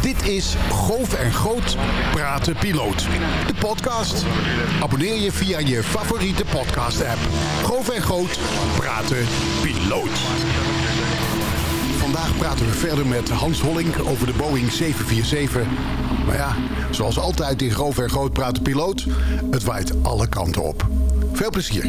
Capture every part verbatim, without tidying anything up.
Dit is Goof en Groot Praten Piloot. De podcast. Abonneer je via je favoriete podcast-app. Goof en Groot Praten Piloot. Vandaag praten we verder met Hans Hollink over de Boeing zeven vier zeven. Maar ja, zoals altijd in Goof en Groot Praten Piloot, het waait alle kanten op. Veel plezier.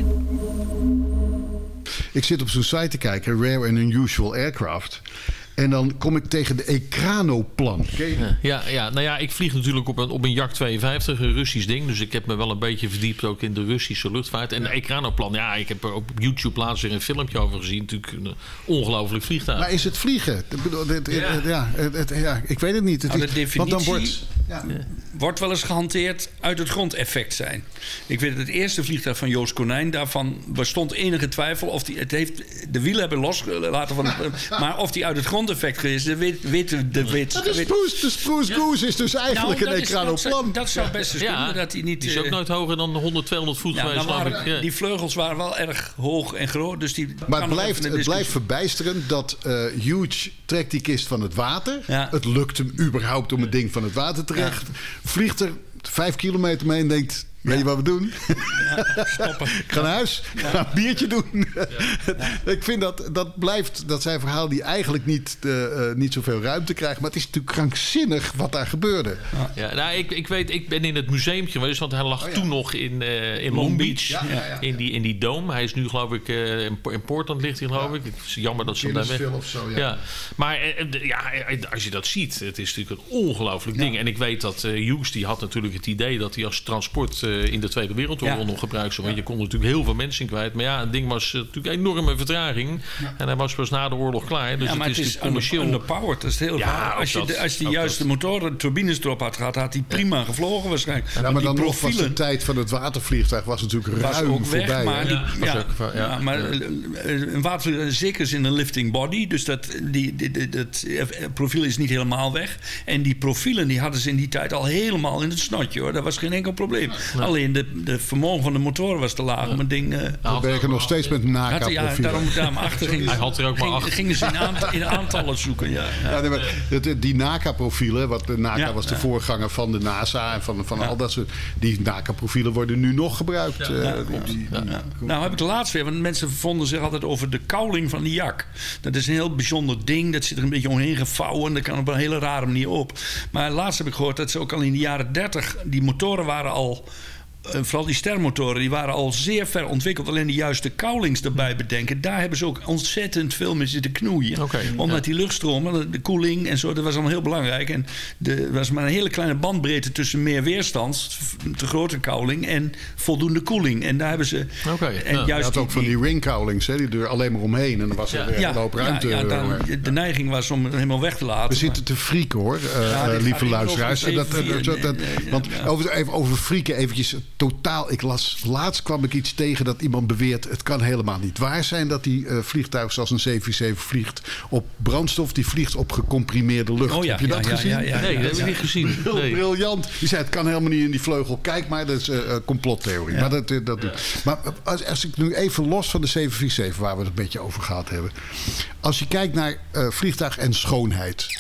Ik zit op zo'n site te kijken, Rare and Unusual Aircraft. En dan kom ik tegen de Ekranoplan. Ja, ja, ja, nou ja, ik vlieg natuurlijk op een, op een Jak tweeënvijftig, een Russisch ding. Dus ik heb me wel een beetje verdiept ook in de Russische luchtvaart. En de Ekranoplan, ja, ik heb er op YouTube laatst weer een filmpje over gezien. Natuurlijk een ongelooflijk vliegtuig. Maar is het vliegen? Ik bedoel, het, ja. Ja, het, het, ja, ik weet het niet. Het, nou, de definitie want dan wordt, ja. wordt wel eens gehanteerd uit het grondeffect zijn. Ik weet het eerste vliegtuig van Joost Konijn, daarvan bestond enige twijfel of die, het heeft, de wielen hebben losgelaten van het, maar of die uit het grond effect geweest, dat weet, weet de weet. Ja, de Spruce, de Spruce ja. Goose is dus eigenlijk nou, een Ekranoplan. Dat, dat zou best eens ja, kunnen. Dat hij niet, die is ook nooit hoger dan honderd, tweehonderd voet ja, geweest. Waren, ja. Die vleugels waren wel erg hoog en groot. Dus die maar het blijft, het blijft verbijsterend dat uh, Huge trekt die kist van het water. Ja. Het lukt hem überhaupt om het ding van het water terecht. Ja. Vliegt er vijf kilometer mee en denkt... Weet je ja. wat we doen? Ja, stoppen. Ik ga naar huis. Ja. Ga een biertje doen. Ja. Ja. Ik vind dat dat blijft... Dat zijn verhalen die eigenlijk niet, uh, niet zoveel ruimte krijgen. Maar het is natuurlijk krankzinnig wat daar gebeurde. Ja, ja nou, ik, ik weet... Ik ben in het museum geweest. Want hij lag oh, ja. toen nog in, uh, in Long Beach. Ja, ja, ja. In, die, in die dome. Hij is nu geloof ik... Uh, in Portland ligt hij geloof ja. ik. Het is jammer dat ze hem daar weg... Of zo, ja. Ja. Maar uh, ja, als je dat ziet... Het is natuurlijk een ongelooflijk ja. ding. En ik weet dat uh, Hughes... Die had natuurlijk het idee dat hij als transport... Uh, in de Tweede Wereldoorlog ja. nog gebruikt zou. Want ja. je kon natuurlijk heel veel mensen in kwijt. Maar ja, het ding was uh, natuurlijk enorme vertraging. Ja. En hij was pas na de oorlog klaar. Dus ja, maar het is, het is commercieel... underpowered. Dat is heel ja, raar. Als je de, als die juiste dat. motoren, turbines erop had gehad, had hij prima ja. gevlogen waarschijnlijk. Ja, maar, maar dan nog was de tijd van het watervliegtuig was natuurlijk was ruim ook weg, voorbij. Maar, die, ja, ja, ook, ja. Ja, maar ja. een watervliegtuig zeker is in een lifting body. Dus dat, die, die, die, dat profiel is niet helemaal weg. En die profielen die hadden ze in die tijd al helemaal in het snotje, hoor. Dat was geen enkel probleem. Ja. Alleen de, de vermogen van de motoren was te laag om het ding... Uh, we werken nog steeds met NACA-profielen. Ja, daarom, daarom achter gingen, Hij had er ook maar achter. Gingen ze in, aant, in aantallen zoeken, ja. ja. ja nee, maar die NACA-profielen, wat de NACA ja, was de ja. voorganger van de NASA en van, van ja. al dat soort... Die NACA-profielen worden nu nog gebruikt. Ja, uh, ja, die, die, ja. Ja. Nou heb ik het laatst weer, want mensen vonden zich altijd over de kouling van die jak. Dat is een heel bijzonder ding, dat zit er een beetje omheen gevouwen. Dat kan op een hele rare manier op. Maar laatst heb ik gehoord dat ze ook al in de jaren dertig... Die motoren waren al... Uh, vooral die stermotoren, die waren al zeer ver ontwikkeld. Alleen de juiste koulings erbij bedenken. Daar hebben ze ook ontzettend veel mee zitten knoeien. Okay, Omdat ja. die luchtstromen, de koeling en zo, dat was allemaal heel belangrijk. En er was maar een hele kleine bandbreedte tussen meer weerstand, te grote kouling, en voldoende koeling. En daar hebben ze... Okay, en ja. juist je had ook die, van die ringkoulings, hè, die er alleen maar omheen. En dan was er ja. weer ja, een hoop ruimte. Ja, ja, dan, de neiging was om het helemaal weg te laten. We zitten te frieken, hoor, uh, ja, uh, lieve luisteraars. Dat, dat, dat, dat, dat, want ja. over, even over frieken eventjes... Totaal, ik las, laatst kwam ik iets tegen dat iemand beweert... het kan helemaal niet waar zijn dat die uh, vliegtuig zoals een zeven vier zeven vliegt op brandstof. Die vliegt op gecomprimeerde lucht. Oh, ja, Heb je ja, dat ja, gezien? Ja, ja, ja, nee, dat heb ik niet gezien. Heel nee. briljant. Die zei het kan helemaal niet in die vleugel. Kijk maar, dat is een uh, complottheorie. Ja. Maar, dat, dat ja. maar als, als ik nu even los van de zeven vier zeven... waar we het een beetje over gehad hebben. Als je kijkt naar uh, vliegtuig en schoonheid.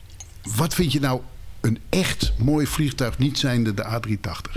Wat vind je nou een echt mooi vliegtuig niet zijnde de A driehonderdtachtig?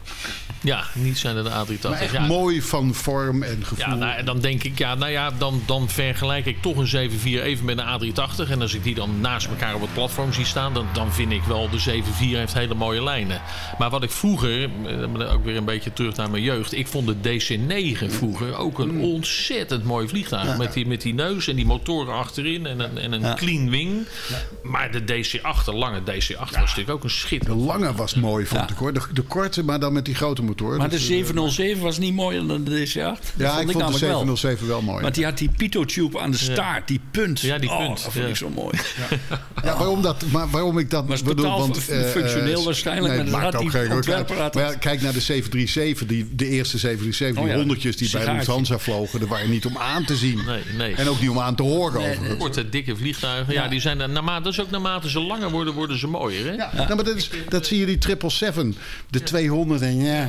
Ja, niet zijn er de A driehonderdtachtig. Maar echt ja. mooi van vorm en gevoel. Ja, nou, dan denk ik, ja, nou ja, dan, dan vergelijk ik toch een zeven vier even met een A driehonderdtachtig. En als ik die dan naast elkaar op het platform zie staan, dan, dan vind ik wel de zeven vier heeft hele mooie lijnen. Maar wat ik vroeger, ook weer een beetje terug naar mijn jeugd, ik vond de D C negen vroeger ook een ontzettend mooi vliegtuig. Ja. Met, die, met die neus en die motoren achterin en een, en een ja. clean wing. Ja. Maar de D C acht, de lange D C acht, ja. was natuurlijk ook een schitterend. De lange was mooi, vond ja. ik hoor. De, de korte, maar dan met die grote motor. Maar de zevenhonderdzeven was niet mooier dan de D C acht? Ja, vond ik, ik vond de zevenhonderdzeven wel, wel mooi. Want die had die pitotube aan de staart, die punt. Ja, die punt. Oh, dat vond ja. ik zo mooi. Ja, ja waarom, dat, maar waarom ik dat was bedoel... totaal want, uh, functioneel waarschijnlijk. Nee, maar maakt ook geen ontwerper had maar ja, kijk naar de zeven drie zeven, die, de eerste zeven drie zeven, die oh ja, honderdjes die sigaartje. bij Lufthansa vlogen. Er waren niet om aan te zien. Nee, nee. En ook niet om aan te horen. Nee, over nee. Korte, dikke vliegtuigen. Ja, ja die zijn, naarmate, dat is ook naarmate ze langer worden, worden ze mooier. Hè? Ja, ja. Nou, maar dat, is, dat zie je die triple seven, de tweehonderd en ja,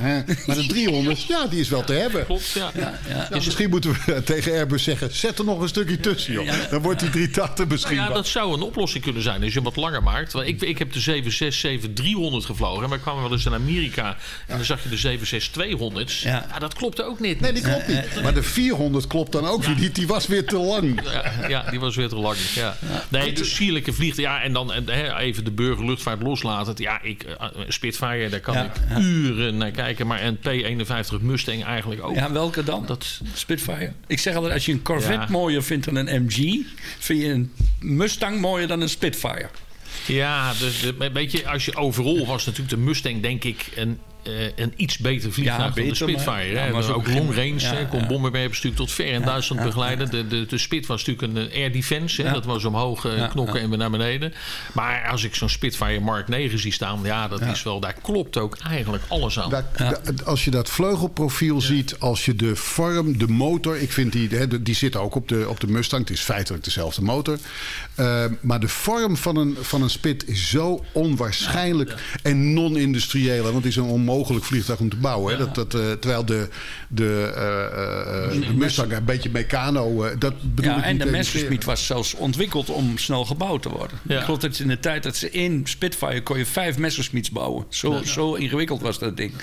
hè. Maar de driehonderd, ja, die is wel te hebben. Klopt, ja. Ja, ja. Nou, misschien moeten we tegen Airbus zeggen, zet er nog een stukje tussen, joh. Dan wordt die driehonderdtachtig misschien Nou ja, wel. dat zou een oplossing kunnen zijn als je hem wat langer maakt. Want ik, ik heb de zeven zes zeven driehonderd gevlogen. Maar ik kwam wel eens in Amerika en dan zag je de zeven zes tweehonderd. Ja. Ja, dat klopte ook niet. Nee, die klopt niet. Maar de vierhonderd klopt dan ook weer niet. Die was weer te lang. Ja, ja, die was weer te lang. Ja. Nee, dus sierlijke vliegtuig. Ja, en dan en, hè, even de burgerluchtvaart loslaten. Ja, ik, uh, Spitfire, daar kan Ja, ik ja. uren naar kijken. Maar een P eenenvijftig Mustang eigenlijk ook. Ja, welke dan? Dat, Spitfire. Ik zeg altijd, als je een Corvette Ja. mooier vindt dan een M G... vind je een Mustang mooier dan een Spitfire. ja, dus, de, weet je, als je overal was natuurlijk de Mustang, denk ik, een, uh, een iets beter vliegtuig Ja, dan de beter, Spitfire. maar- hè. ja, En maar dan ook ook geen- long range, ja, hè, kon ja. bommenwerpers natuurlijk tot ver in Duitsland ja, begeleiden. De, de, de Spit was natuurlijk een air defense, hè. Ja. Dat was omhoog uh, Ja, knokken ja. en weer naar beneden. Maar als ik zo'n Spitfire Mark negen zie staan, ja, dat Ja. is wel, daar klopt ook eigenlijk alles aan. Daar- daar- als je dat vleugelprofiel ziet, als je de vorm, de motor... Ik vind die, hè, de- die zit ook op de, op de Mustang. Het is feitelijk dezelfde motor. Uh, maar de vorm van een, van een Spit is zo onwaarschijnlijk en non-industrieel. Want het is een onmogelijk vliegtuig om te bouwen. Hè. Dat, dat, uh, terwijl de, de, uh, uh, de Mustang een beetje meccano... Uh, dat bedoel Ja, ik en niet de te Messerschmitt was zelfs ontwikkeld om snel gebouwd te worden. Ja. Ik geloof dat in de tijd dat ze één Spitfire kon je vijf Messerschmitts bouwen. Zo, zo ingewikkeld was dat ding.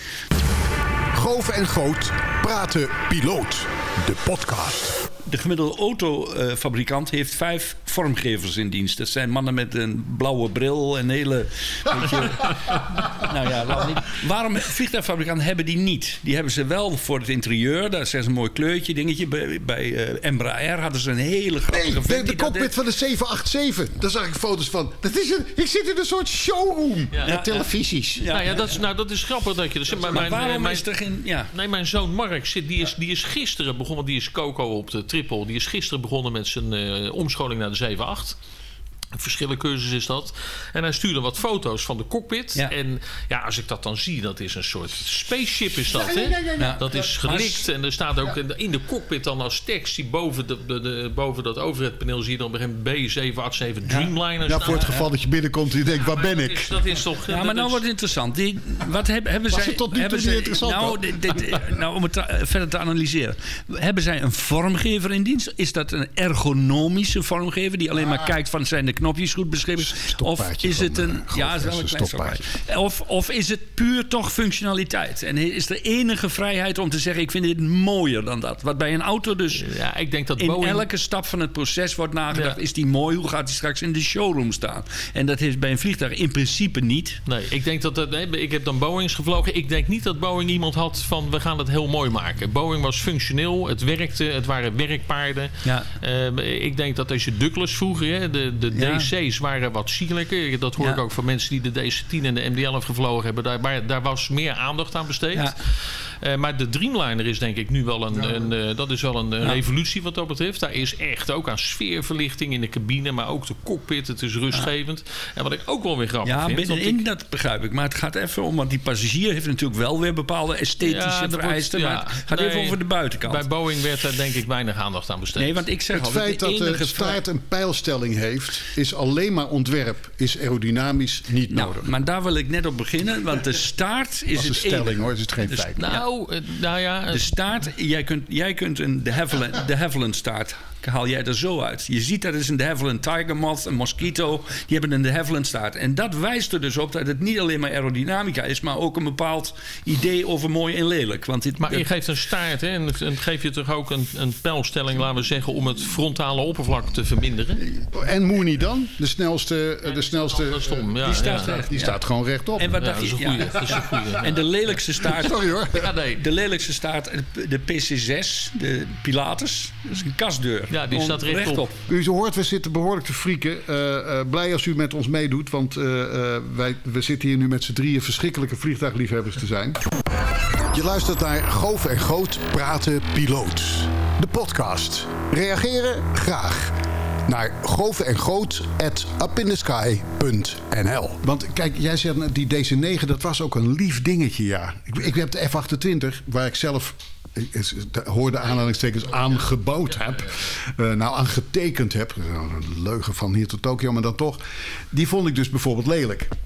Goof en Goot praten piloot. De podcast. De gemiddelde autofabrikant heeft vijf vormgevers in dienst. Dat zijn mannen met een blauwe bril en hele... Weet je, nou ja, laat niet. Waarom vliegtuigfabrikanten hebben die niet? Die hebben ze wel voor het interieur. Daar is een mooi kleurtje, dingetje. Bij, bij uh, Embraer hadden ze een hele grappige... Nee, de, vent de die dat cockpit deed. van de zeven acht zeven. Daar zag ik foto's van. Dat is een, ik zit in een soort showroom. Ja. Met televisies. Ja, nou ja, ja. dat is, nou, dat is grappig dat je dat zegt. Maar, Maar mijn, waarom mijn, is er geen... Ja. Nee, mijn zoon Mark zit, die, is, die is gisteren begonnen. Die is Coco op de Triple. Die is gisteren begonnen met zijn uh, omscholing naar de zeven acht. Een verschillende cursus is dat. En hij stuurde wat foto's van de cockpit. Ja. En ja, als ik dat dan zie, dat is een soort spaceship is dat. Ja, ja, ja, ja, Hè? ja. Dat is Maar gelikt. s- En er staat ook in de- in de cockpit dan als tekst... Die boven, de, de, de, boven dat overheadpaneel zie je dan een B zeven acht zeven Dreamliner Ja, staan. voor het geval dat je binnenkomt en je denkt, waar ben Dat ik? is, dat is toch... Ja, maar dat nou is- wordt het interessant. Die, wat heb, hebben Was zij, het tot nu toe hebben niet zij- interessant Nou, dan? dit, dit- nou, om het tra- verder te analyseren. Hebben zij een vormgever in dienst? Is dat een ergonomische vormgever die alleen maar kijkt van zijn de knopjes goed beschreven? Of Stoppaardje is het van, een... eh, Ja, het is wel een klein stoppaardje. stoppaardje. Of, of is het puur toch functionaliteit? En is er enige vrijheid om te zeggen, ik vind dit mooier dan dat? Wat bij een auto dus... Ja, ik denk dat In Boeing... elke stap van het proces wordt nagedacht. Ja. Is die mooi? Hoe gaat die straks in de showroom staan? En dat is bij een vliegtuig in principe niet. Nee, ik denk dat... dat nee, ik heb dan Boeings gevlogen. Ik denk niet dat Boeing iemand had van... we gaan het heel mooi maken. Boeing was functioneel. Het werkte. Het waren werkpaarden. Ja. Uh, ik denk dat als je Douglas vroeger... Hè, de, de Ja. D C's waren wat sierlijker. Dat hoor Ja. ik ook van mensen die de D C tien en de M D elf gevlogen hebben. Daar, maar, daar was meer aandacht aan besteed. Ja. Uh, maar de Dreamliner is denk ik nu wel een... een uh, dat is wel een, een Ja. revolutie wat dat betreft. Daar is echt ook aan sfeerverlichting in de cabine. Maar ook de cockpit. Het is rustgevend. En wat ik ook wel weer grappig Ja, vind... want binnenin, ik- dat begrijp ik. Maar het gaat even om, want die passagier heeft natuurlijk wel weer bepaalde esthetische Ja, er wordt- vereisten. ja, maar het gaat nee, even over de buitenkant. Bij Boeing werd daar denk ik weinig aandacht aan besteed. Nee, want ik zeg Het altijd, feit de dat de enige staart een pijlstelling heeft, is alleen maar ontwerp. Is aerodynamisch niet Nou, nodig. maar daar wil ik net op beginnen, want de staart is Dat is een het stelling enige. hoor, is het geen Dus- feit. nou, eh, nou ja... De staart, jij kunt, jij kunt een de Havilland, de Havilland staart, haal jij er zo uit. Je ziet dat is een de Havilland Tiger Moth, een Mosquito, die hebben een de Havilland staart. En dat wijst er dus op dat het niet alleen maar aerodynamica is, maar ook een bepaald idee over mooi en lelijk. Want dit, Maar dat- je geeft een staart hè, en, en geef je toch ook een, een pijlstelling, laten we zeggen, om het frontale oppervlak te verminderen? En Mooney dan? De snelste... de snelste Dat is stom, ja. die staat ja. recht. die Ja. staat gewoon rechtop. En wat Ja, dacht dat is je? een goeie. Ja. Dat is een goeie, ja. En de lelijkste staart. Sorry hoor. Ja, nee. De lelijkste staart, de P C zes, de Pilatus. Dat is een kastdeur. Ja, die Gewoon staat rechtop. U hoort, we zitten behoorlijk te frieken. Uh, uh, blij als u met ons meedoet, want uh, uh, wij, we zitten hier nu met z'n drieën verschrikkelijke vliegtuigliefhebbers te zijn. Je luistert naar Goof en Goot praten piloot. De podcast. Reageren? Graag. Naar goovenengoot at upindesky punt n l. Want kijk, jij zegt die D C negen, dat was ook een lief dingetje, ja. Ik, ik heb de F achtentwintig, waar ik zelf... Ik hoorde aanhalingstekens aangebouwd heb. Uh, nou, aangetekend heb. Een leugen van hier tot Tokio, maar dan toch. Die vond ik dus bijvoorbeeld lelijk.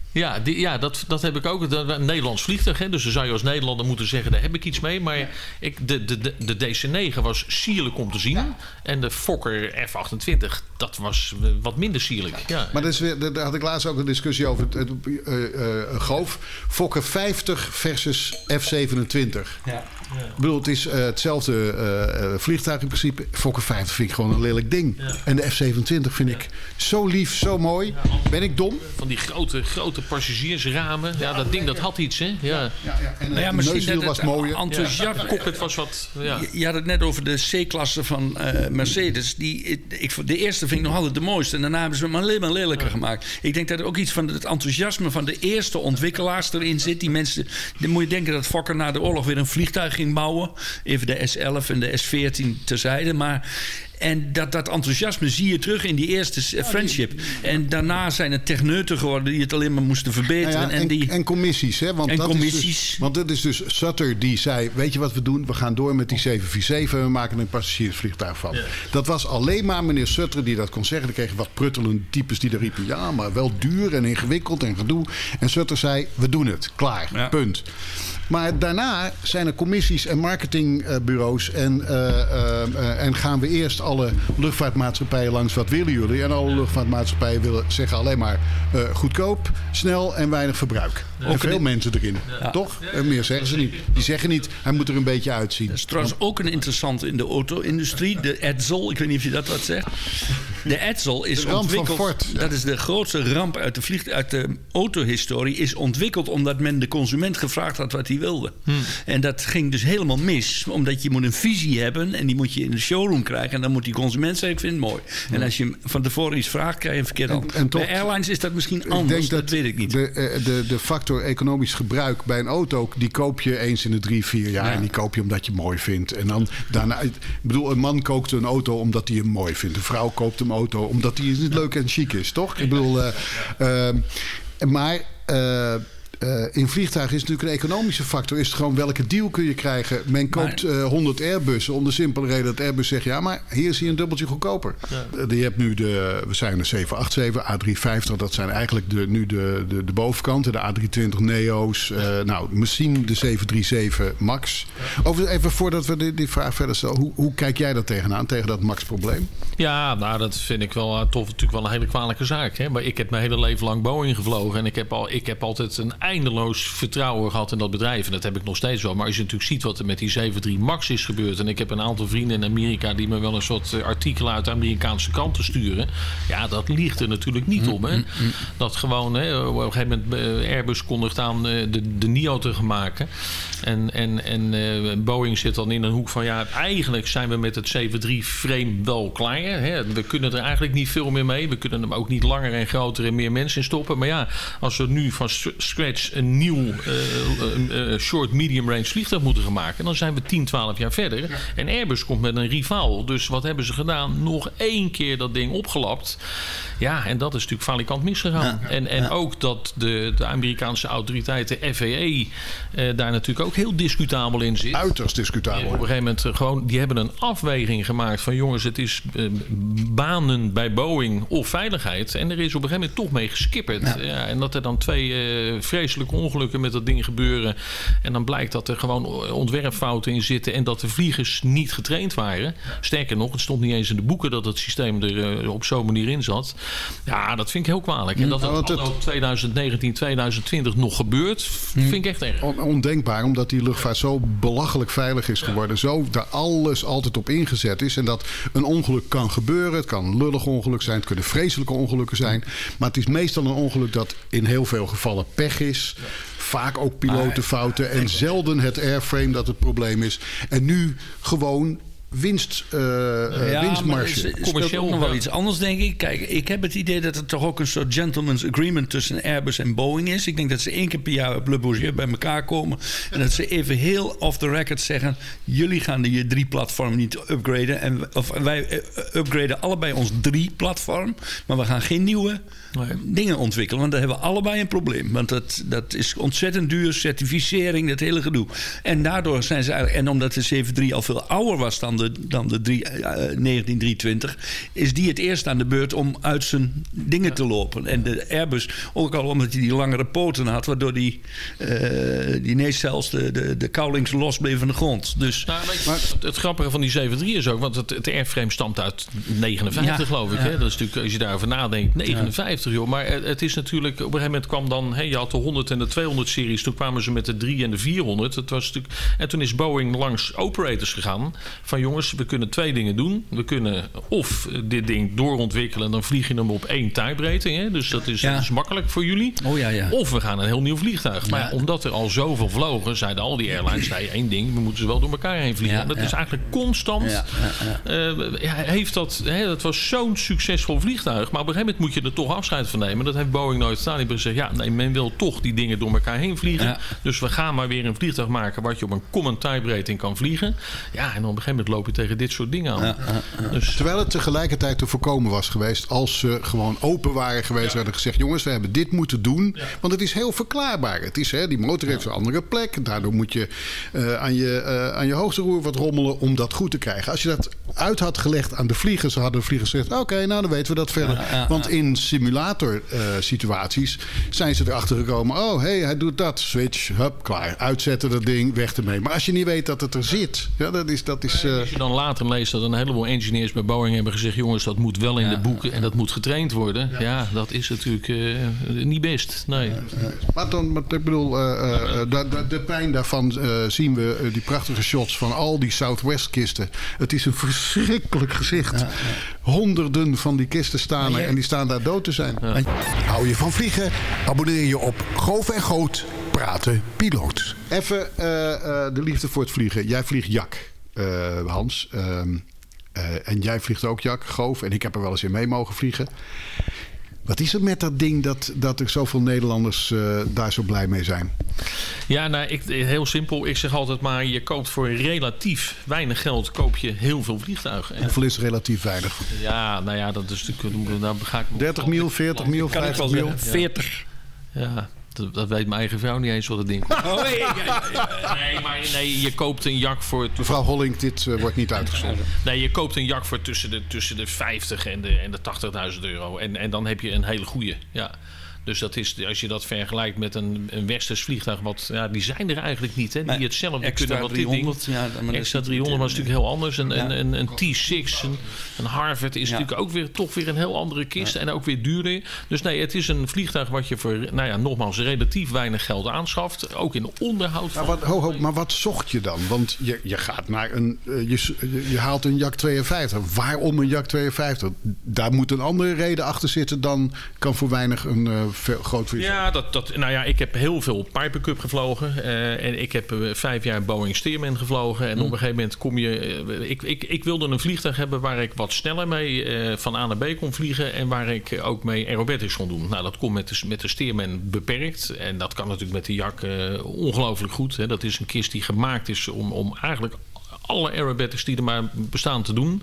Ja, die, ja dat, dat heb ik ook. Dat, een Nederlands vliegtuig. Hè? Dus dan zou je als Nederlander moeten zeggen, daar heb ik iets mee. Maar ja. ik, de, de, de, de D C negen was sierlijk om te zien. Ja. En de Fokker F achtentwintig, dat was wat minder sierlijk. Ja. Maar dat is weer, daar had ik laatst ook een discussie over. Het, uh, uh, Goof. Fokker vijftig versus F zevenentwintig. Ja. Ja. Ik bedoel, het is uh, hetzelfde uh, vliegtuig in principe. Fokker vijftig vind ik gewoon een lelijk ding. Ja. En de F zevenentwintig vind ja. ik zo lief, zo mooi. Ja, ben ik dom? Van die grote, grote passagiersramen. Ja, ja dat ding dat had iets, hè? Ja. Ja, ja, en nou ja, de neuswiel was mooier. Enthousiast. Ja, cockpit was wat... Ja. Je, je had het net over de C-klasse van uh, Mercedes. Die, ik, de eerste vind ik nog altijd de mooiste. En daarna hebben ze hem alleen maar lelijker ja. gemaakt. Ik denk dat er ook iets van het enthousiasme van de eerste ontwikkelaars erin zit. Die mensen... Dan moet je denken dat Fokker na de oorlog weer een vliegtuig ging bouwen. Even de S elf en de S veertien terzijde. Maar... En dat, dat enthousiasme zie je terug in die eerste friendship. En daarna zijn het techneuten geworden die het alleen maar moesten verbeteren. Nou ja, en, en, die, en commissies. Hè? Want en dat commissies. Is dus, want dat is dus Sutter die zei, weet je wat we doen? We gaan door met die zeven vier zeven en we maken er een passagiersvliegtuig van. Ja. Dat was alleen maar meneer Sutter die dat kon zeggen. Er kregen wat pruttelende types die er riepen, ja, maar wel duur en ingewikkeld en gedoe. En Sutter zei, we doen het. Klaar. Ja. Punt. Maar daarna zijn er commissies en marketingbureaus en, uh, uh, uh, en gaan we eerst alle luchtvaartmaatschappijen langs, wat willen jullie? En alle luchtvaartmaatschappijen willen zeggen alleen maar uh, goedkoop, snel en weinig verbruik. Ja. En veel mensen erin. Ja. Toch? En meer zeggen ze niet. Die zeggen niet, hij moet er een beetje uitzien. Dat is trouwens ook een interessante in de auto-industrie. De Edsel, ik weet niet of je dat wat zegt. De Edsel is de ramp ontwikkeld. Van Ford, ja. Dat is de grootste ramp uit de, vlieg, uit de autohistorie. Is ontwikkeld omdat men de consument gevraagd had wat hij wilde. Hmm. En dat ging dus helemaal mis. Omdat je moet een visie hebben. En die moet je in de showroom krijgen. En dan moet die consument zeggen, ik vind het mooi. Hmm. En als je van tevoren iets vraagt, krijg je een verkeerd antwoord. Bij airlines is dat misschien anders. Ik denk dat, dat weet ik niet. De, de, de factor economisch gebruik bij een auto, die koop je eens in de drie, vier jaar. Ja. En die koop je omdat je mooi vindt. En dan daarna, ik bedoel, een man koopt een auto omdat hij hem mooi vindt. Een vrouw koopt een auto omdat hij leuk en chic is, toch? Ik bedoel, uh, uh, maar uh, Uh, in vliegtuigen is natuurlijk een economische factor. Is het gewoon welke deal kun je krijgen? Men koopt uh, honderd Airbussen om de simpele reden dat Airbus zegt, ja, maar hier is hij een dubbeltje goedkoper. Ja. Uh, je hebt nu de, we zijn de zeven acht zeven, A drie vijftig, dat zijn eigenlijk de, nu de, de, de bovenkanten, de A driehonderdtwintig Neo's. Uh, nou, misschien de zeven drie zeven Max. Ja. Over, even voordat we die, die vraag verder stellen, hoe, hoe kijk jij daar tegenaan, tegen dat Max-probleem? Ja, nou, dat vind ik wel uh, tof, natuurlijk wel een hele kwalijke zaak. Hè? Maar ik heb mijn hele leven lang Boeing gevlogen en ik heb, al, ik heb altijd een eindeloos vertrouwen gehad in dat bedrijf. En dat heb ik nog steeds wel. Maar als je natuurlijk ziet wat er met die zeven drie Max is gebeurd. En ik heb een aantal vrienden in Amerika die me wel een soort artikelen uit de Amerikaanse kranten sturen. Ja, dat ligt er natuurlijk niet om. Hè? Dat gewoon, hè, op een gegeven moment Airbus kondigt aan de, de Neo te gaan maken. En, en, en uh, Boeing zit dan in een hoek van, ja, eigenlijk zijn we met het zeven drie frame wel klaar. Hè? We kunnen er eigenlijk niet veel meer mee. We kunnen hem ook niet langer en groter en meer mensen in stoppen. Maar ja, als we nu van scratch een nieuw uh, uh, uh, short medium range vliegtuig moeten gaan maken, dan zijn we tien, twaalf jaar verder. Ja. En Airbus komt met een rivaal. Dus wat hebben ze gedaan? Nog één keer dat ding opgelapt. Ja, en dat is natuurlijk falikant misgegaan. Ja. En, en ja. ook dat de, de Amerikaanse autoriteiten, F A A, uh, daar natuurlijk ook heel discutabel in zit. Uiterst discutabel. En op een gegeven moment uh, gewoon, die hebben een afweging gemaakt van, jongens, het is uh, banen bij Boeing of veiligheid. En er is op een gegeven moment toch mee geskipperd. Ja. Ja, en dat er dan twee uh, vreselijke ongelukken met dat ding gebeuren. En dan blijkt dat er gewoon ontwerpfouten in zitten en dat de vliegers niet getraind waren. Sterker nog, het stond niet eens in de boeken dat het systeem er uh, op zo'n manier in zat. Ja, dat vind ik heel kwalijk. En dat dat ja, anno twintig negentien, twintig twintig nog gebeurt, vind ik echt erg. On, ondenkbaar, omdat die luchtvaart zo belachelijk veilig is geworden. Ja. Zo daar alles altijd op ingezet is. En dat een ongeluk kan gebeuren. Het kan een lullig ongeluk zijn. Het kunnen vreselijke ongelukken zijn. Maar het is meestal een ongeluk dat in heel veel gevallen pech is. Ja. Vaak ook pilotenfouten. En zelden het airframe dat het probleem is. En nu gewoon winst, uh, ja, winstmarge. Er speelt ook nog wel iets anders, denk ik. Kijk, ik heb het idee dat er toch ook een soort gentleman's agreement tussen Airbus en Boeing is. Ik denk dat ze één keer per jaar op Le Bourget bij elkaar komen. En dat ze even heel off the record zeggen, jullie gaan de drie platform niet upgraden. En, of wij upgraden allebei ons drie platform. Maar we gaan geen nieuwe nee. dingen ontwikkelen. Want daar hebben we allebei een probleem. Want dat, dat is ontzettend duur. Certificering, dat hele gedoe. En daardoor zijn ze eigenlijk, en omdat de zeven drie al veel ouder was dan de, dan de drie, uh, negentien driehonderdtwintig... is die het eerst aan de beurt om uit zijn dingen ja. te lopen. En de Airbus, ook al omdat hij die langere poten had... waardoor die, uh, die nacelles, de, de, de cowlings losbleven van de grond. Dus, nou, weet je, maar het, het grappige van die zeven drie is ook... want het, het airframe stamt uit negenenvijftig, ja, geloof ik. Ja. Hè? Dat is natuurlijk, als je daarover nadenkt, negenenvijftig, ja. joh. Maar het, het is natuurlijk... Op een gegeven moment kwam dan... Hè, je had de honderd en de tweehonderd series. Toen kwamen ze met de drie en de vierhonderd. Het was natuurlijk, en toen is Boeing langs operators gegaan. Van jongens, we kunnen twee dingen doen. We kunnen of dit ding doorontwikkelen... dan vlieg je hem op één type-rating. Hè? Dus dat is, ja. dat is makkelijk voor jullie. Oh, ja, ja. Of we gaan een heel nieuw vliegtuig. Maar ja. omdat er al zoveel vlogen... zeiden al die airlines... nee, één ding, we moeten ze wel door elkaar heen vliegen. Ja, dat ja. is eigenlijk constant... Ja, ja, ja. Uh, ja, heeft dat, hè, dat was zo'n succesvol vliegtuig. Maar op een gegeven moment moet je er toch afscheid van nemen. Dat heeft Boeing nooit gedaan. Die hebben gezegd... ja, nee, men wil toch die dingen door elkaar heen vliegen. Ja. Dus we gaan maar weer een vliegtuig maken... wat je op een common type rating kan vliegen. Ja, en op een gegeven moment loop je tegen dit soort dingen aan. Ja, ja, ja. Dus, terwijl het tegelijkertijd te voorkomen was geweest... als ze gewoon open waren geweest... Ja. hadden gezegd, jongens, we hebben dit moeten doen. Ja. Want het is heel verklaarbaar. Het is, hè, die motor heeft ja. een andere plek. Daardoor moet je uh, aan je, uh, aan je hoogste roer wat rommelen... om dat goed te krijgen. Als je dat uit had gelegd aan de vliegers... dan hadden de vliegers gezegd, oké, okay, nou dan weten we dat verder. Ja, ja, Want in simulator uh, situaties... zijn ze erachter gekomen... oh, hé, hey, hij doet dat. Switch, hup, klaar. Uitzetten dat ding, weg ermee. Maar als je niet weet dat het er zit... Ja, dat is... Dat is uh... Als je dan later leest dat een heleboel engineers bij Boeing hebben gezegd... jongens, dat moet wel in ja, de boeken en dat moet getraind worden. Ja, ja dat is natuurlijk uh, niet best. Nee. Ja, ja. Maar dan, maar ik bedoel, uh, uh, de, de, de pijn daarvan uh, zien we... Uh, die prachtige shots van al die Southwest-kisten. Het is een verschrikkelijk gezicht. Ja, ja. Honderden van die kisten staan er... en die staan daar dood te zijn. Ja. Hou je van vliegen? Abonneer je op Goof en Goot Praten Piloot. Even uh, uh, de liefde voor het vliegen. Jij vliegt Jak, uh, Hans. Uh, uh, en jij vliegt ook Jak, Goof. En ik heb er wel eens in mee mogen vliegen. Wat is het met dat ding dat, dat er zoveel Nederlanders uh, daar zo blij mee zijn? Ja, nou, ik, heel simpel. Ik zeg altijd maar, je koopt voor relatief weinig geld koop je heel veel vliegtuigen. En hoeveel is relatief weinig? Ja, nou ja, dat is natuurlijk... Nou ga ik dertig mil, veertig mil, vijftig mil? veertig. Ja. Dat, dat weet mijn eigen vrouw niet eens wat het ding kost. Oh, nee, nee, maar nee, je koopt een Jak voor... Mevrouw Hollink, dit uh, wordt niet uitgezonden. Nee, je koopt een Jak voor tussen de, tussen de vijftig en de, en de tachtigduizend euro. En, en dan heb je een hele goede. Ja. Dus dat is, als je dat vergelijkt met een, een westers vliegtuig... Wat, ja, die zijn er eigenlijk niet, hè, die maar hetzelfde kunnen wat dit ding. Ja, extra driehonderd was natuurlijk heel anders. Een, ja. een, een, een T zes, een, een Harvard is ja. natuurlijk ook weer, toch weer een heel andere kist. Ja. En ook weer duurder. Dus nee, het is een vliegtuig wat je voor, nou ja, nogmaals, relatief weinig geld aanschaft. Ook in onderhoud. Maar wat, ho, ho, maar wat zocht je dan? Want je, je gaat naar een... Je, je haalt een Jak tweeënvijftig. Waarom een Jak tweeënvijftig? Daar moet een andere reden achter zitten dan kan voor weinig een... Uh, Veel, groot voor ja, dat, dat, nou ja, ik heb heel veel Piper Cup gevlogen. Uh, en ik heb uh, vijf jaar Boeing Stearman gevlogen. En mm. op een gegeven moment kom je... Uh, ik, ik, ik wilde een vliegtuig hebben waar ik wat sneller mee uh, van A naar B kon vliegen. En waar ik ook mee aerobatics kon doen. Nou, dat kon met de, met de Stearman beperkt. En dat kan natuurlijk met de Jak uh, ongelooflijk goed. Hè. Dat is een kist die gemaakt is om, om eigenlijk alle aerobatics die er maar bestaan te doen.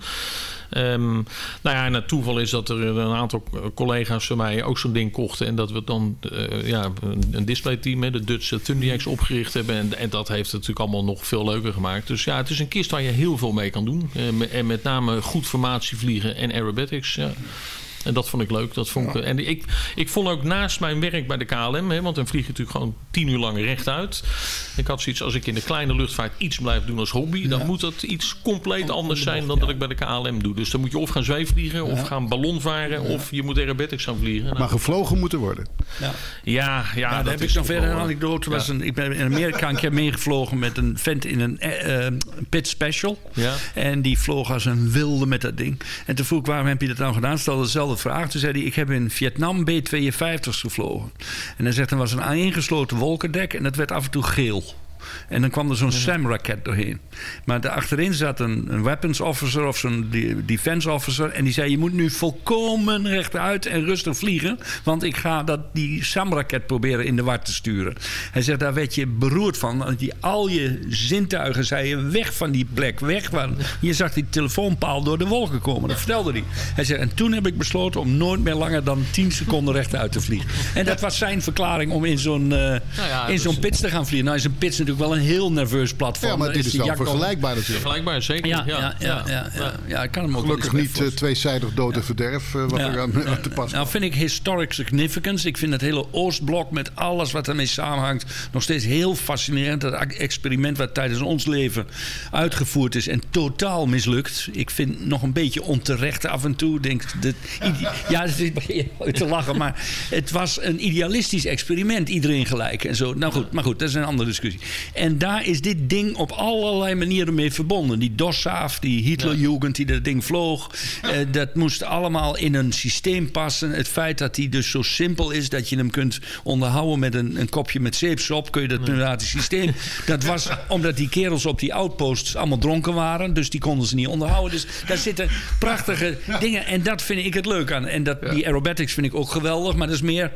Um, nou ja, en het toeval is dat er een aantal collega's van mij ook zo'n ding kochten. En dat we dan uh, ja, een displayteam, de Dutch Thunderjacks, opgericht hebben. En, en dat heeft het natuurlijk allemaal nog veel leuker gemaakt. Dus ja, het is een kist waar je heel veel mee kan doen. Uh, en met name goed formatie vliegen en aerobatics. Ja. En dat vond ik leuk. Dat vond ik, en ik, ik vond ook naast mijn werk bij de K L M... Hè, want dan vlieg je natuurlijk gewoon tien uur lang rechtuit. Ik had zoiets, als ik in de kleine luchtvaart iets blijf doen als hobby... dan ja. moet dat iets compleet anders zijn dan ja. dat ik bij de K L M doe. Dus dan moet je of gaan zweefvliegen, ja. of gaan ballon varen... Ja. of je moet aerobatics gaan vliegen. Maar nou, gevlogen moeten worden. Ja, ja, ja, ja daar heb ik nog verder een anekdote. Ja. Een, ik ben in Amerika een keer meegevlogen met een vent in een uh, Pit Special. Ja. En die vloog als een wilde met dat ding. En toen vroeg ik, waarom heb je dat nou gedaan? Stelde dezelfde vraag. Toen zei hij, ik heb in Vietnam B tweeënvijftig's gevlogen. En hij zegt, er was een ingesloten wolkendek en dat werd af en toe geel. En dan kwam er zo'n SAM-raket doorheen. Maar daar achterin zat een, een weapons officer of zo'n defense officer. En die zei, je moet nu volkomen rechtuit en rustig vliegen. Want ik ga dat, die SAM-raket proberen in de war te sturen. Hij zegt, daar werd je beroerd van. Want die, al je zintuigen zeiden, weg van die plek, weg. Want je zag die telefoonpaal door de wolken komen. Dat vertelde hij. Hij zegt, en toen heb ik besloten om nooit meer langer dan tien seconden rechtuit te vliegen. En dat was zijn verklaring om in zo'n, uh, nou ja, in zo'n pits te gaan vliegen. Nou is een pits natuurlijk wel een heel nerveus platform. Ja, maar dit is, is wel vergelijkbaar al... natuurlijk. Vergelijkbaar, zeker. Ja, ja, ja, ja, ja, ja, ja. ja ik kan hem ook gelukkig niet uh, tweezijdig dood en ja. verderf uh, wat ja. er aan, ja. aan te pas komt. Nou vind ik historic significance. Ik vind het hele Oostblok met alles wat ermee samenhangt nog steeds heel fascinerend. Dat experiment wat tijdens ons leven uitgevoerd is en totaal mislukt. Ik vind nog een beetje onterecht af en toe. Denk dat, ja. ja, het is te lachen, maar het was een idealistisch experiment. Iedereen gelijk en zo. Nou goed, maar goed, dat is een andere discussie. En daar is dit ding op allerlei manieren mee verbonden. Die Dossaaf, die Hitlerjugend die dat ding vloog. Eh, dat moest allemaal in een systeem passen. Het feit dat hij dus zo simpel is dat je hem kunt onderhouden met een, een kopje met zeepsop, kun je dat pneumatisch systeem. Dat was omdat die kerels op die outposts allemaal dronken waren. Dus die konden ze niet onderhouden. Dus daar zitten prachtige dingen. En dat vind ik het leuk aan. En dat, die aerobatics vind ik ook geweldig. Maar dat is meer...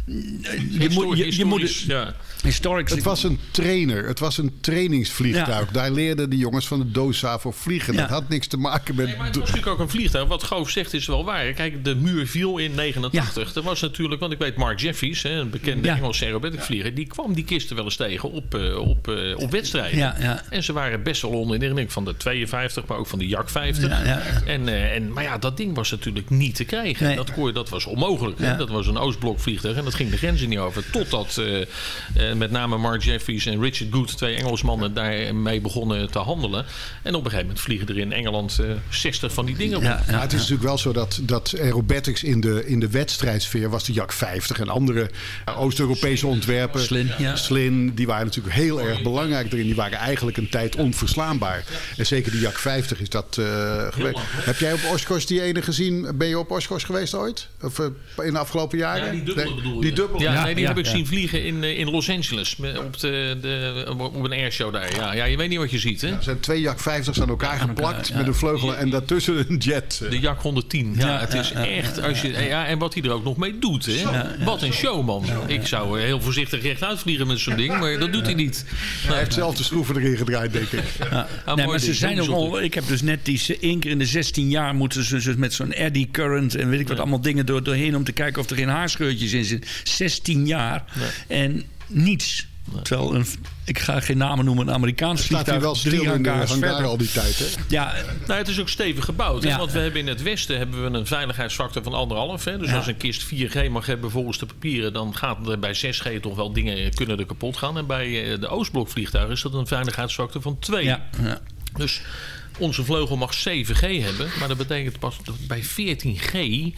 Je moet, je, je moet, ja. Historic. Het was een trainer. Het was een trainingsvliegtuig. Ja. Daar leerden de jongens van de Dossaaf voor vliegen. Ja. Dat had niks te maken met... Nee, maar het was natuurlijk ook een vliegtuig. Wat Goof zegt is wel waar. Kijk, de muur viel in negenentachtig. Ja. Dat was natuurlijk... Want ik weet Mark Jeffries, een bekende ja. Engelse aerobatic vlieger, die kwam die kisten wel eens tegen op, uh, op, uh, op wedstrijden. Ja, ja. En ze waren best wel onder in de van de tweeënvijftig, maar ook van de Jak vijftig. Ja, ja. En, uh, en, maar ja, dat ding was natuurlijk niet te krijgen. Nee. Dat, kon, dat was onmogelijk. Ja. Dat was een Oostblok vliegtuig en dat ging de grenzen niet over. Totdat uh, uh, met name Mark Jeffries en Richard Good, twee Engelsmannen, daarmee begonnen te handelen. En op een gegeven moment vliegen er in Engeland uh, zestig van die dingen op. Ja, ja, het is ja. natuurlijk wel zo dat, dat aerobatics in de, in de wedstrijdsfeer was de Jak vijftig en andere uh, Oost-Europese ontwerpen. Slin, ja. Slin, die waren natuurlijk heel erg belangrijk erin. Die waren eigenlijk een tijd onverslaanbaar. En zeker die Jak vijftig is dat uh, geweest. Heb jij op Oshkosh die ene gezien? Ben je op Oshkosh geweest ooit? Of uh, in de afgelopen jaren? Ja, die dubbele nee, bedoel je? Die dubbele. Ja, Ja, nee, die ja, heb ik ja. zien vliegen in, in Los Angeles. Op, de, de, op een airshow daar. Ja, ja, je weet niet wat je ziet, hè? Ja, er zijn twee Jak vijftig's aan elkaar geplakt ja, met een vleugel en daartussen een jet. De Jak honderdtien. Ja, ja, het is ja, echt... Als je, ja, en wat hij er ook nog mee doet, hè? Ja, ja. Wat een showman. Ja, ja. Ik zou heel voorzichtig rechtuit vliegen met zo'n ding, maar dat doet hij niet. Hij heeft zelf de schroeven erin gedraaid, denk ik. Ja. Ja, nee, maar ze zijn ook al, ik heb dus net die één keer in de zestien jaar moeten ze dus met zo'n eddy current en weet ik wat ja. allemaal dingen door, doorheen om te kijken of er geen haarscheurtjes in zitten. zestien jaar ja. en niets. Nee. Terwijl een, ik ga geen namen noemen, een Amerikaans vliegtuig. Staat hij wel stil in de hangar al die tijd, hè? Ja, nou, het is ook stevig gebouwd. Ja. Want we hebben in het westen hebben we een veiligheidsfactor van anderhalf. Hè? Dus ja. als een kist vier G mag hebben volgens de papieren, dan gaat er bij zes G toch wel dingen kunnen er kapot gaan. En bij de Oostblokvliegtuigen is dat een veiligheidsfactor van twee. Ja. Ja. Dus onze vleugel mag zeven G hebben, maar dat betekent pas dat bij veertien G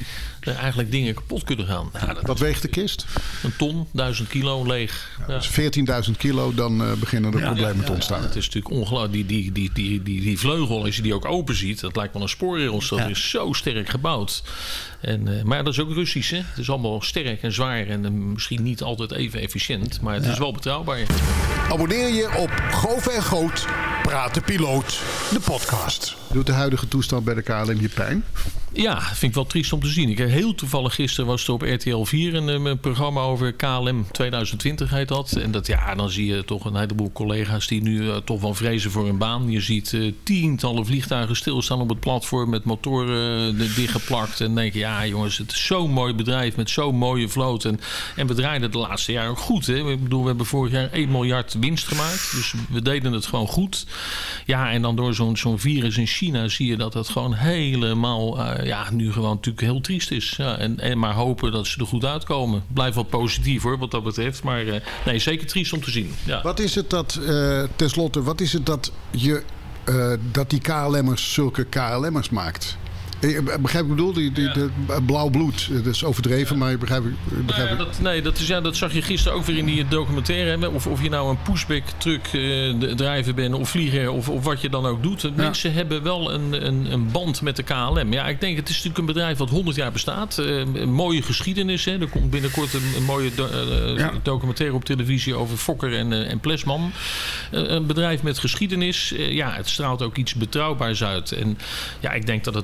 er eigenlijk dingen kapot kunnen gaan. Ja, Wat weegt de kist? Een ton, duizend kilo leeg. Ja, dus veertienduizend kilo, dan uh, beginnen er ja, problemen ja, te ontstaan. Ja, het is natuurlijk ongelooflijk. Die, die, die, die, die, die vleugel, als je die ook open ziet, dat lijkt wel een spoorrails. Dat ja. is zo sterk gebouwd. En, uh, maar dat is ook Russisch, hè? Het is allemaal sterk en zwaar en uh, misschien niet altijd even efficiënt, maar het ja. is wel betrouwbaar. Abonneer je op Goof en Goot, Praat de Piloot, de podcast. Doet de huidige toestand bij de K L M je pijn? Ja, vind ik wel triest om te zien. Ik heb heel toevallig gisteren was er op R T L vier een, een programma over K L M twintig twintig heet dat. En dat ja, dan zie je toch een heleboel collega's die nu uh, toch wel vrezen voor hun baan. Je ziet uh, tientallen vliegtuigen stilstaan op het platform met motoren uh, dichtgeplakt. En dan denk je, ja jongens, het is zo'n mooi bedrijf met zo'n mooie vloot. En, en we draaiden de laatste jaren ook goed. Hè? Ik bedoel, we hebben vorig jaar één miljard winst gemaakt. Dus we deden het gewoon goed. Ja, en dan door zo'n zo'n virus in China zie je dat het gewoon helemaal... Uh, ja, nu gewoon natuurlijk heel triest is. Ja, en, en maar hopen dat ze er goed uitkomen. Blijf wel positief hoor, wat dat betreft. Maar uh, nee, zeker triest om te zien. Ja. Wat is het dat, uh, tenslotte, wat is het dat je uh, dat die K L M'ers zulke K L M'ers maakt? Begrijp ik, ik bedoel, die, die, ja. de, blauw bloed. Dat is overdreven, maar begrijp ik. Begrijp nou ja, dat, nee, dat, is, ja, dat zag je gisteren ook weer in die documentaire. Of, of je nou een pushback truck uh, drijver bent of vlieger of, of wat je dan ook doet. Ja. Mensen hebben wel een, een, een band met de K L M. Ja, ik denk, het is natuurlijk een bedrijf wat honderd jaar bestaat. Uh, een mooie geschiedenis. Hè. Er komt binnenkort een, een mooie do, uh, ja. documentaire op televisie over Fokker en, uh, en Plesman. Uh, een bedrijf met geschiedenis. Uh, ja, het straalt ook iets betrouwbaars uit. En ja, ik denk dat het om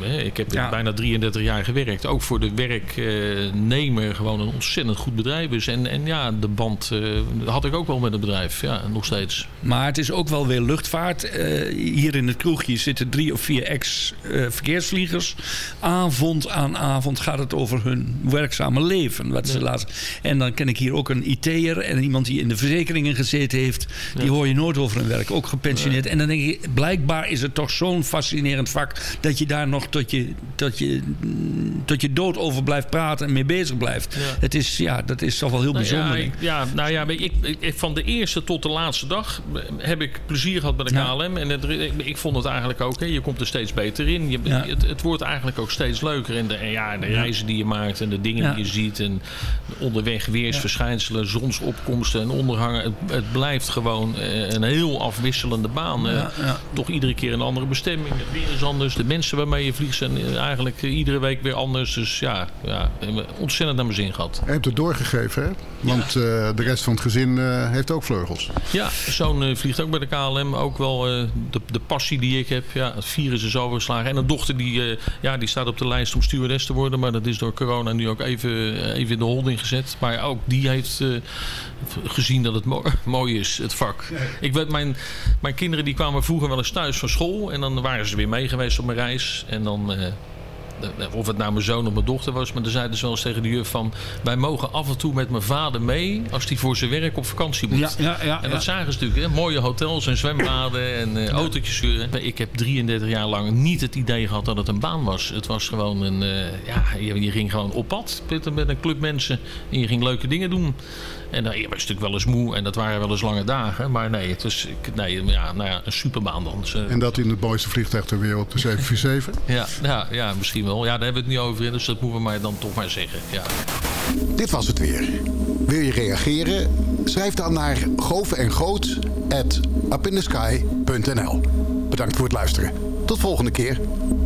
Hè. Ik heb Ja. bijna drieëndertig jaar gewerkt. Ook voor de werknemer gewoon een ontzettend goed bedrijf is. En, en ja, de band uh, had ik ook wel met het bedrijf. Ja, nog steeds. Maar het is ook wel weer luchtvaart. Uh, hier in het kroegje zitten drie of vier ex-verkeersvliegers. Avond aan avond gaat het over hun werkzame leven. Wat ze Ja. laten. En dan ken ik hier ook een I T'er en iemand die in de verzekeringen gezeten heeft. Die Ja. hoor je nooit over hun werk. Ook gepensioneerd. Ja. En dan denk ik, blijkbaar is het toch zo'n fascinerend vak dat je daar nog tot je, tot je, tot je dood over blijft praten en mee bezig blijft. Ja. Het is, ja, dat is toch wel heel Nou bijzonder. ja, ik, ja, nou ja, ik, ik, ik, van de eerste tot de laatste dag heb ik plezier gehad bij de Ja. K L M. En het, ik, ik vond het eigenlijk ook, hè, je komt er steeds beter in. Je, Ja. het, het wordt eigenlijk ook steeds leuker. En de, en ja, de reizen die je maakt en de dingen Ja. die je ziet. En onderweg weersverschijnselen, zonsopkomsten en ondergangen. Het, het blijft gewoon eh, een heel afwisselende baan. eh. Ja, ja. Toch iedere keer een andere bestemming. Het weer is anders. De mensen waarmee je vliegt zijn eh, eigenlijk eh, iedere week weer anders. Dus ja, ja ontzettend naar mijn zin gehad. Je hebt het doorgegeven, hè? Want uh, de rest van het gezin uh, heeft ook vleugels. Ja, zoon uh, vliegt ook bij de K L M. Ook wel uh, de, de passie die ik heb. Ja, het vieren is zo overgeslagen. En een dochter die, uh, ja, die staat op de lijst om stewardess te worden. Maar dat is door corona nu ook even, uh, even in de holding gezet. Maar ook die heeft uh, gezien dat het mo- mooi is, het vak. Ja. Ik weet, mijn, mijn kinderen die kwamen vroeger wel eens thuis van school. En dan waren ze weer mee geweest op mijn reis. En dan... Uh, of het nou mijn zoon of mijn dochter was, maar dan zeiden ze wel eens tegen de juf van... wij mogen af en toe met mijn vader mee als hij voor zijn werk op vakantie moet. Ja, ja, ja, en dat ja. zagen ze natuurlijk, hè? Mooie hotels en zwembaden en uh, autootjes huren. Ik heb drieëndertig jaar lang niet het idee gehad dat het een baan was. Het was gewoon een... Uh, ja, je, je ging gewoon op pad met, met een club mensen en je ging leuke dingen doen. En uh, je was natuurlijk wel eens moe en dat waren wel eens lange dagen. Maar nee, het was nee, ja, nou ja, een superbaan dan. Dus, uh, en dat in het mooiste vliegtuig ter wereld, de zeven vier zeven? ja, ja, ja, misschien wel. Ja, daar hebben we het niet over, dus dat moeten we maar dan toch maar zeggen. Ja. Dit was het weer. Wil je reageren? Schrijf dan naar govenengroot at up in the sky punt n l. Bedankt voor het luisteren. Tot volgende keer.